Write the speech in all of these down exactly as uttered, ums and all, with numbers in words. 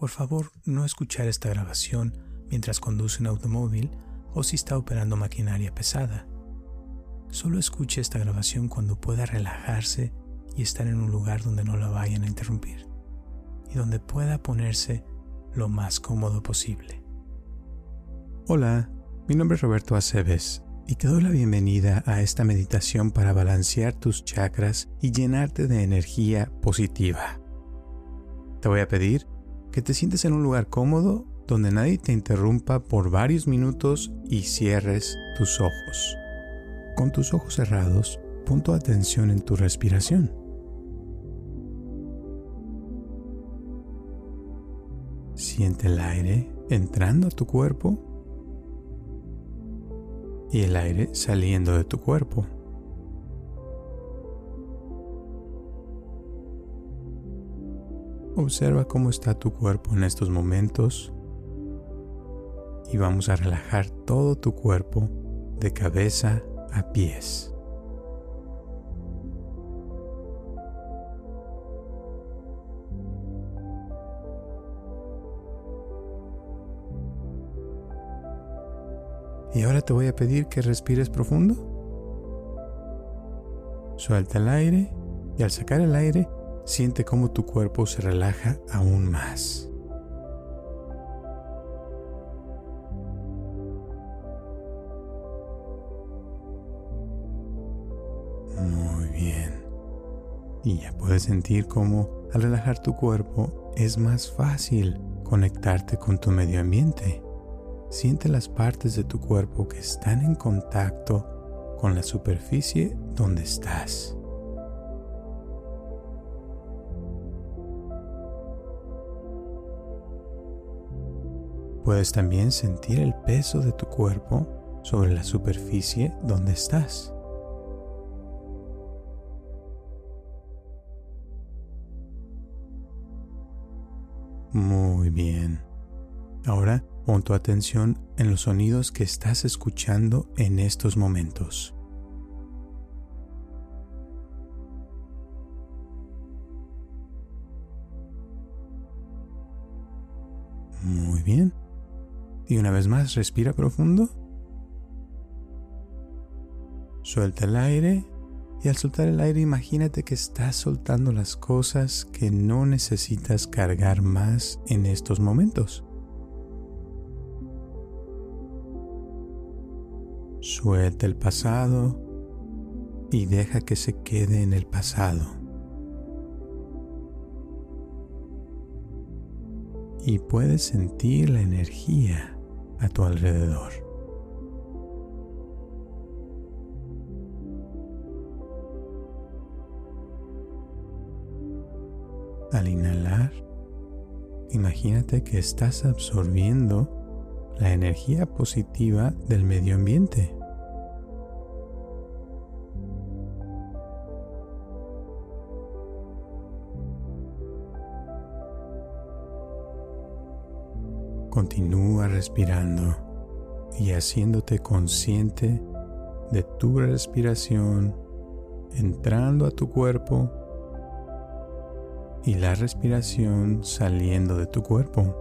Por favor, no escuchar esta grabación mientras conduce un automóvil o si está operando maquinaria pesada. Solo escuche esta grabación cuando pueda relajarse y estar en un lugar donde no la vayan a interrumpir y donde pueda ponerse lo más cómodo posible. Hola, mi nombre es Roberto Aceves y te doy la bienvenida a esta meditación para balancear tus chakras y llenarte de energía positiva. Te voy a pedir que te sientes en un lugar cómodo donde nadie te interrumpa por varios minutos y cierres tus ojos. Con tus ojos cerrados, pon tu atención en tu respiración. Siente el aire entrando a tu cuerpo y el aire saliendo de tu cuerpo. Observa cómo está tu cuerpo en estos momentos y vamos a relajar todo tu cuerpo de cabeza a pies. Y ahora te voy a pedir que respires profundo. Suelta el aire y al sacar el aire, siente cómo tu cuerpo se relaja aún más. Muy bien. Y ya puedes sentir cómo al relajar tu cuerpo es más fácil conectarte con tu medio ambiente. Siente las partes de tu cuerpo que están en contacto con la superficie donde estás. Puedes también sentir el peso de tu cuerpo sobre la superficie donde estás. Muy bien. Ahora pon tu atención en los sonidos que estás escuchando en estos momentos. Muy bien. Y una vez más, respira profundo. Suelta el aire. Y al soltar el aire, imagínate que estás soltando las cosas que no necesitas cargar más en estos momentos. Suelta el pasado y deja que se quede en el pasado. Y puedes sentir la energía a tu alrededor. Al inhalar, imagínate que estás absorbiendo la energía positiva del medio ambiente. Continúa respirando y haciéndote consciente de tu respiración, entrando a tu cuerpo y la respiración saliendo de tu cuerpo.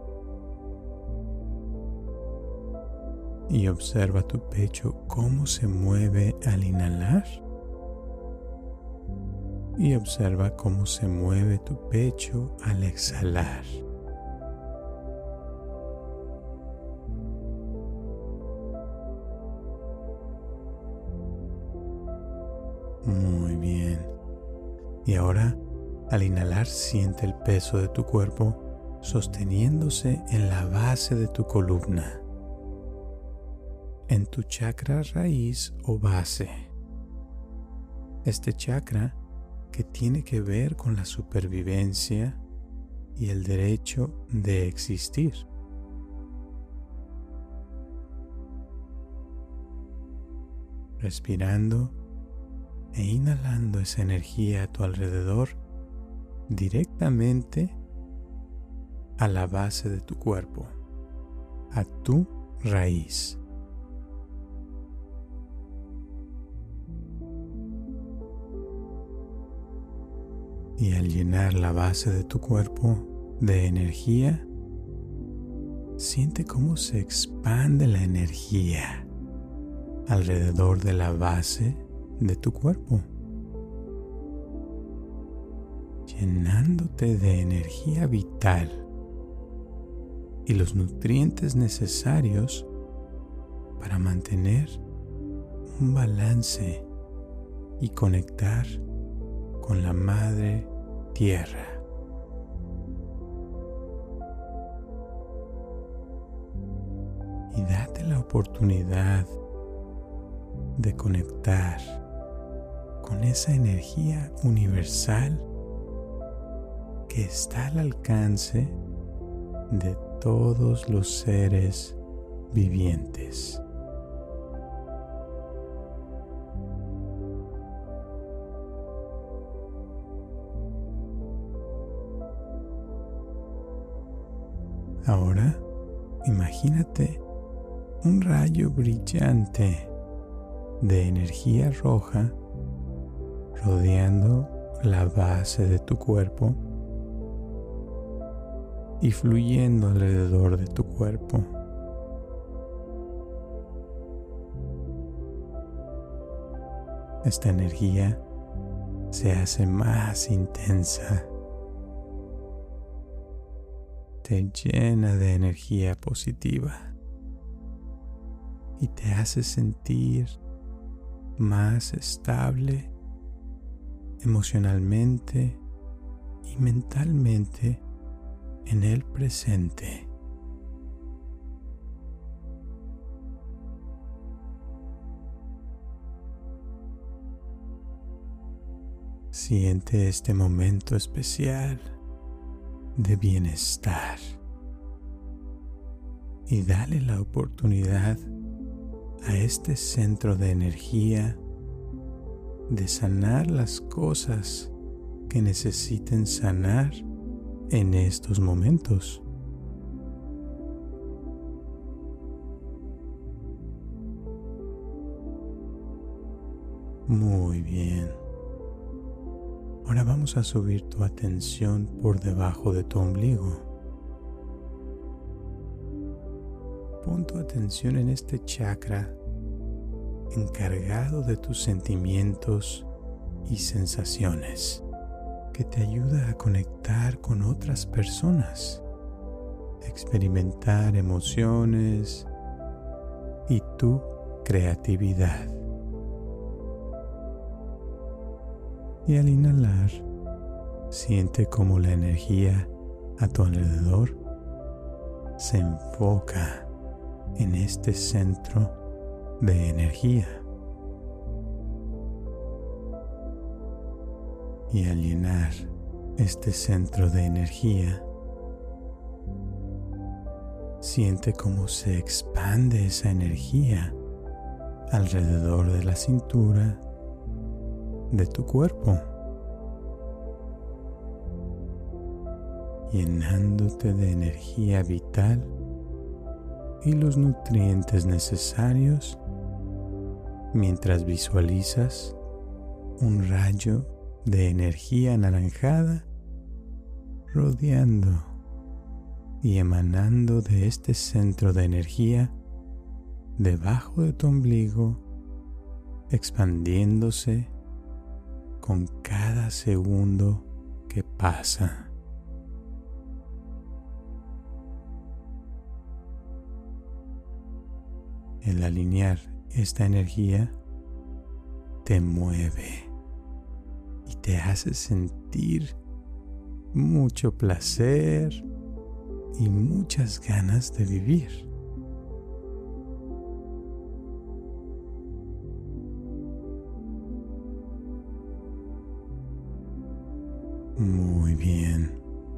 Y observa tu pecho cómo se mueve al inhalar. Y observa cómo se mueve tu pecho al exhalar. Muy bien. Y ahora, al inhalar, siente el peso de tu cuerpo sosteniéndose en la base de tu columna, en tu chakra raíz o base. Este chakra que tiene que ver con la supervivencia y el derecho de existir. Respirando e inhalando esa energía a tu alrededor directamente a la base de tu cuerpo, a tu raíz. Y al llenar la base de tu cuerpo, de energía, siente cómo se expande la energía alrededor de la base de tu cuerpo, llenándote de energía vital y los nutrientes necesarios para mantener un balance y conectar con la Madre Tierra. Y date la oportunidad de conectar con esa energía universal que está al alcance de todos los seres vivientes. Ahora, imagínate un rayo brillante de energía roja rodeando la base de tu cuerpo y fluyendo alrededor de tu cuerpo. Esta energía se hace más intensa. Te llena de energía positiva y te hace sentir más estable emocionalmente y mentalmente en el presente. Siente este momento especial de bienestar y dale la oportunidad a este centro de energía de sanar las cosas que necesiten sanar en estos momentos. Muy bien. Ahora vamos a subir tu atención por debajo de tu ombligo. Pon tu atención en este chakra encargado de tus sentimientos y sensaciones, que te ayuda a conectar con otras personas, experimentar emociones y tu creatividad. Y al inhalar, siente cómo la energía a tu alrededor se enfoca en este centro de energía. Y al llenar este centro de energía, siente cómo se expande esa energía alrededor de la cintura de tu cuerpo, llenándote de energía vital y los nutrientes necesarios mientras visualizas un rayo de energía anaranjada rodeando y emanando de este centro de energía debajo de tu ombligo, expandiéndose con cada segundo que pasa. El alinear esta energía te mueve y te hace sentir mucho placer y muchas ganas de vivir. Muy bien.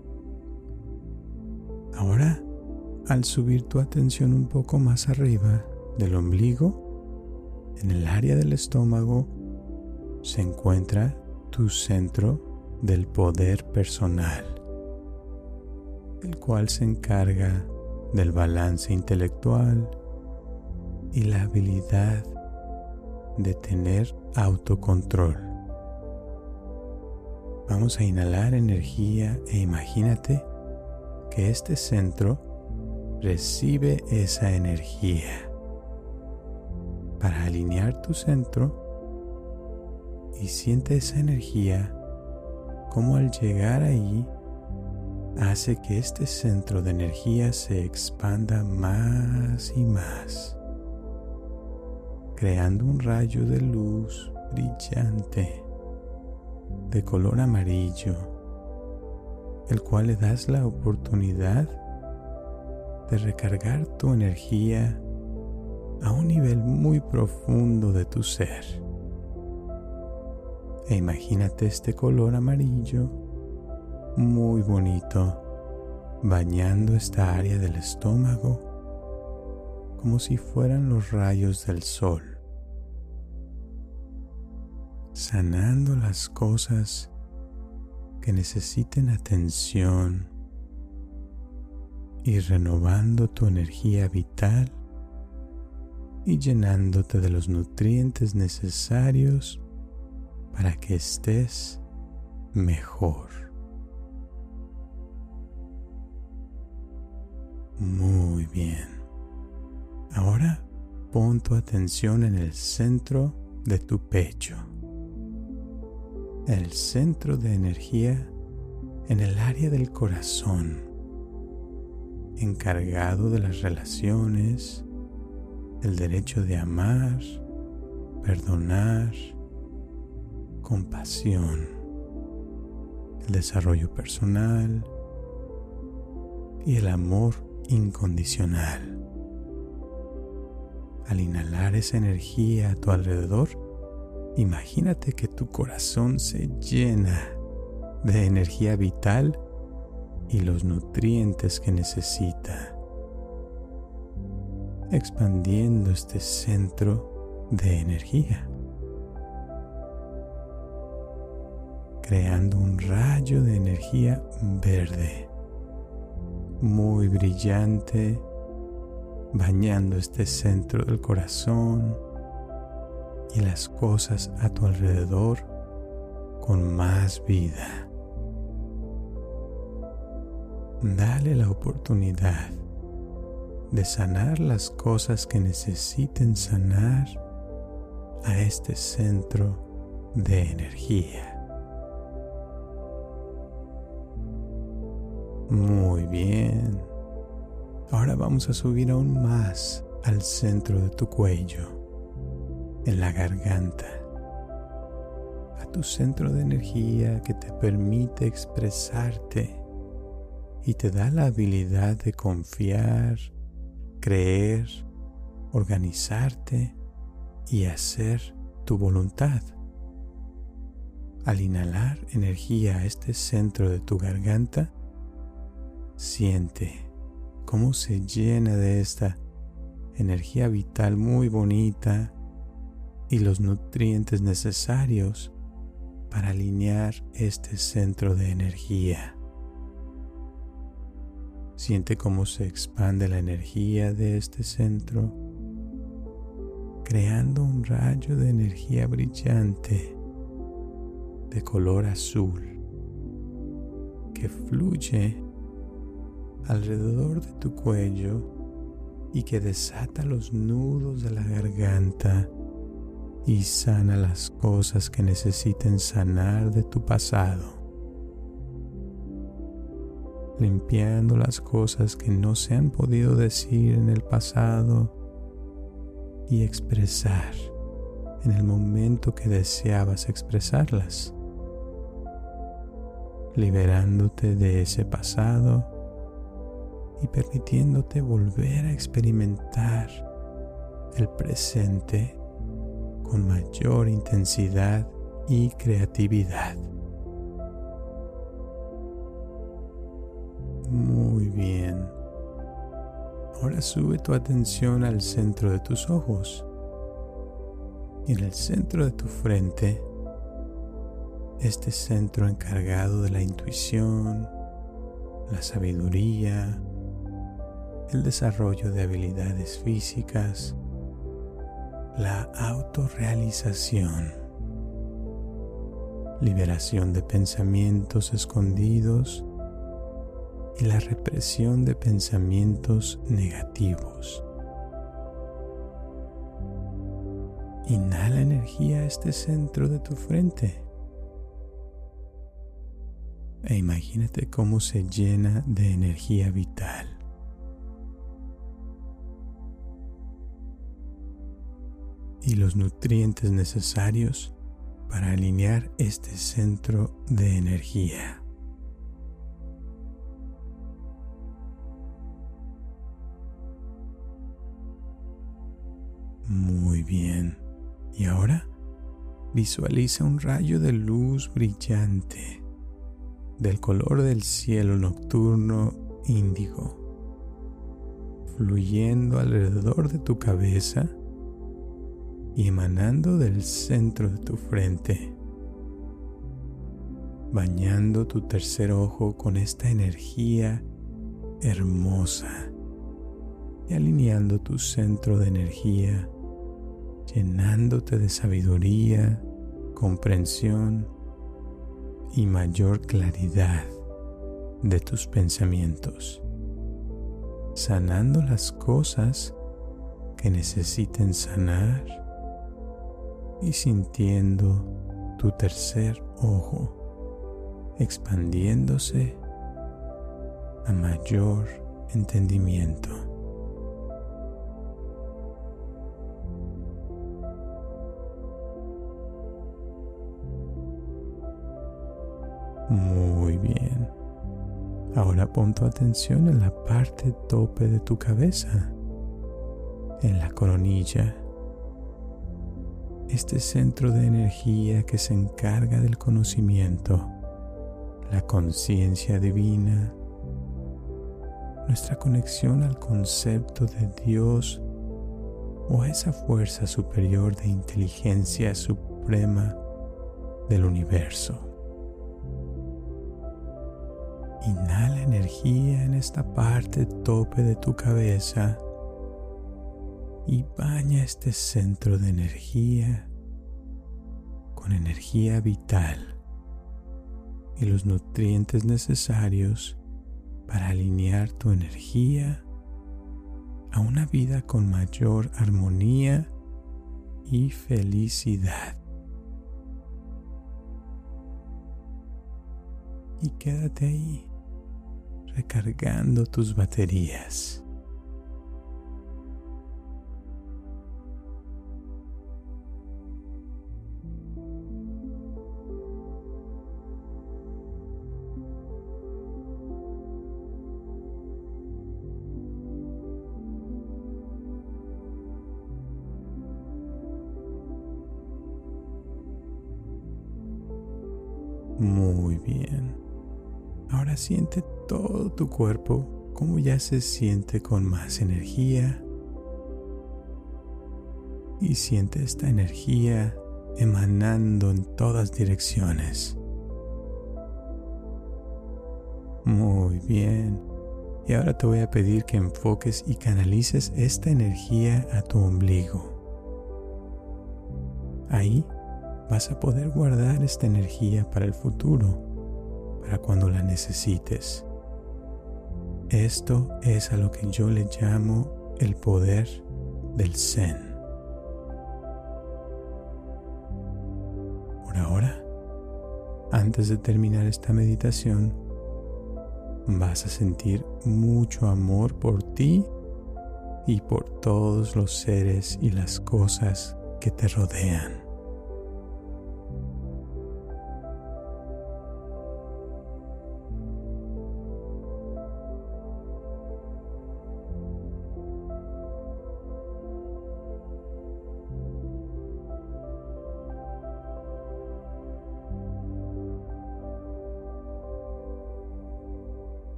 Ahora, al subir tu atención un poco más arriba del ombligo, en el área del estómago, se encuentra tu centro del poder personal, el cual se encarga del balance intelectual y la habilidad de tener autocontrol. Vamos a inhalar energía e imagínate que este centro recibe esa energía. Para alinear tu centro, y siente esa energía como al llegar ahí hace que este centro de energía se expanda más y más, creando un rayo de luz brillante de color amarillo, el cual le das la oportunidad de recargar tu energía a un nivel muy profundo de tu ser. E imagínate este color amarillo muy bonito bañando esta área del estómago como si fueran los rayos del sol, sanando las cosas que necesiten atención y renovando tu energía vital y llenándote de los nutrientes necesarios para que estés mejor. Muy bien. Ahora pon tu atención en el centro de tu pecho. El centro de energía en el área del corazón, encargado de las relaciones, el derecho de amar, perdonar, compasión, el desarrollo personal y el amor incondicional. Al inhalar esa energía a tu alrededor, imagínate que tu corazón se llena de energía vital y los nutrientes que necesita, expandiendo este centro de energía, creando un rayo de energía verde, muy brillante, bañando este centro del corazón y las cosas a tu alrededor con más vida. Dale la oportunidad de sanar las cosas que necesiten sanar a este centro de energía. Muy bien. Ahora vamos a subir aún más al centro de tu cuello, en la garganta, a tu centro de energía que te permite expresarte y te da la habilidad de confiar, creer, organizarte y hacer tu voluntad. Al inhalar energía a este centro de tu garganta, siente cómo se llena de esta energía vital muy bonita y los nutrientes necesarios para alinear este centro de energía. Siente cómo se expande la energía de este centro, creando un rayo de energía brillante de color azul que fluye alrededor de tu cuello y que desata los nudos de la garganta y sana las cosas que necesiten sanar de tu pasado, limpiando las cosas que no se han podido decir en el pasado y expresar en el momento que deseabas expresarlas, liberándote de ese pasado y permitiéndote volver a experimentar el presente con mayor intensidad y creatividad. Muy bien. Ahora sube tu atención al centro de tus ojos. Y en el centro de tu frente, este centro encargado de la intuición, la sabiduría, el desarrollo de habilidades físicas, la autorrealización, liberación de pensamientos escondidos y la represión de pensamientos negativos. Inhala energía a este centro de tu frente e imagínate cómo se llena de energía vital. Y los nutrientes necesarios para alinear este centro de energía. Muy bien. Y ahora visualiza un rayo de luz brillante del color del cielo nocturno índigo, fluyendo alrededor de tu cabeza y emanando del centro de tu frente, bañando tu tercer ojo con esta energía hermosa y alineando tu centro de energía, llenándote de sabiduría, comprensión y mayor claridad de tus pensamientos, sanando las cosas que necesiten sanar y sintiendo tu tercer ojo expandiéndose a mayor entendimiento. Muy bien. Ahora pon tu atención en la parte tope de tu cabeza, en la coronilla. Este centro de energía que se encarga del conocimiento, la conciencia divina, nuestra conexión al concepto de Dios o a esa fuerza superior de inteligencia suprema del universo. Inhala energía en esta parte tope de tu cabeza y baña este centro de energía con energía vital y los nutrientes necesarios para alinear tu energía a una vida con mayor armonía y felicidad. Y quédate ahí, recargando tus baterías. Muy bien. Ahora siente todo tu cuerpo como ya se siente con más energía. Y siente esta energía emanando en todas direcciones. Muy bien. Y ahora te voy a pedir que enfoques y canalices esta energía a tu ombligo. Ahí vas a poder guardar esta energía para el futuro, para cuando la necesites. Esto es a lo que yo le llamo el poder del Zen. Por ahora, antes de terminar esta meditación, vas a sentir mucho amor por ti y por todos los seres y las cosas que te rodean.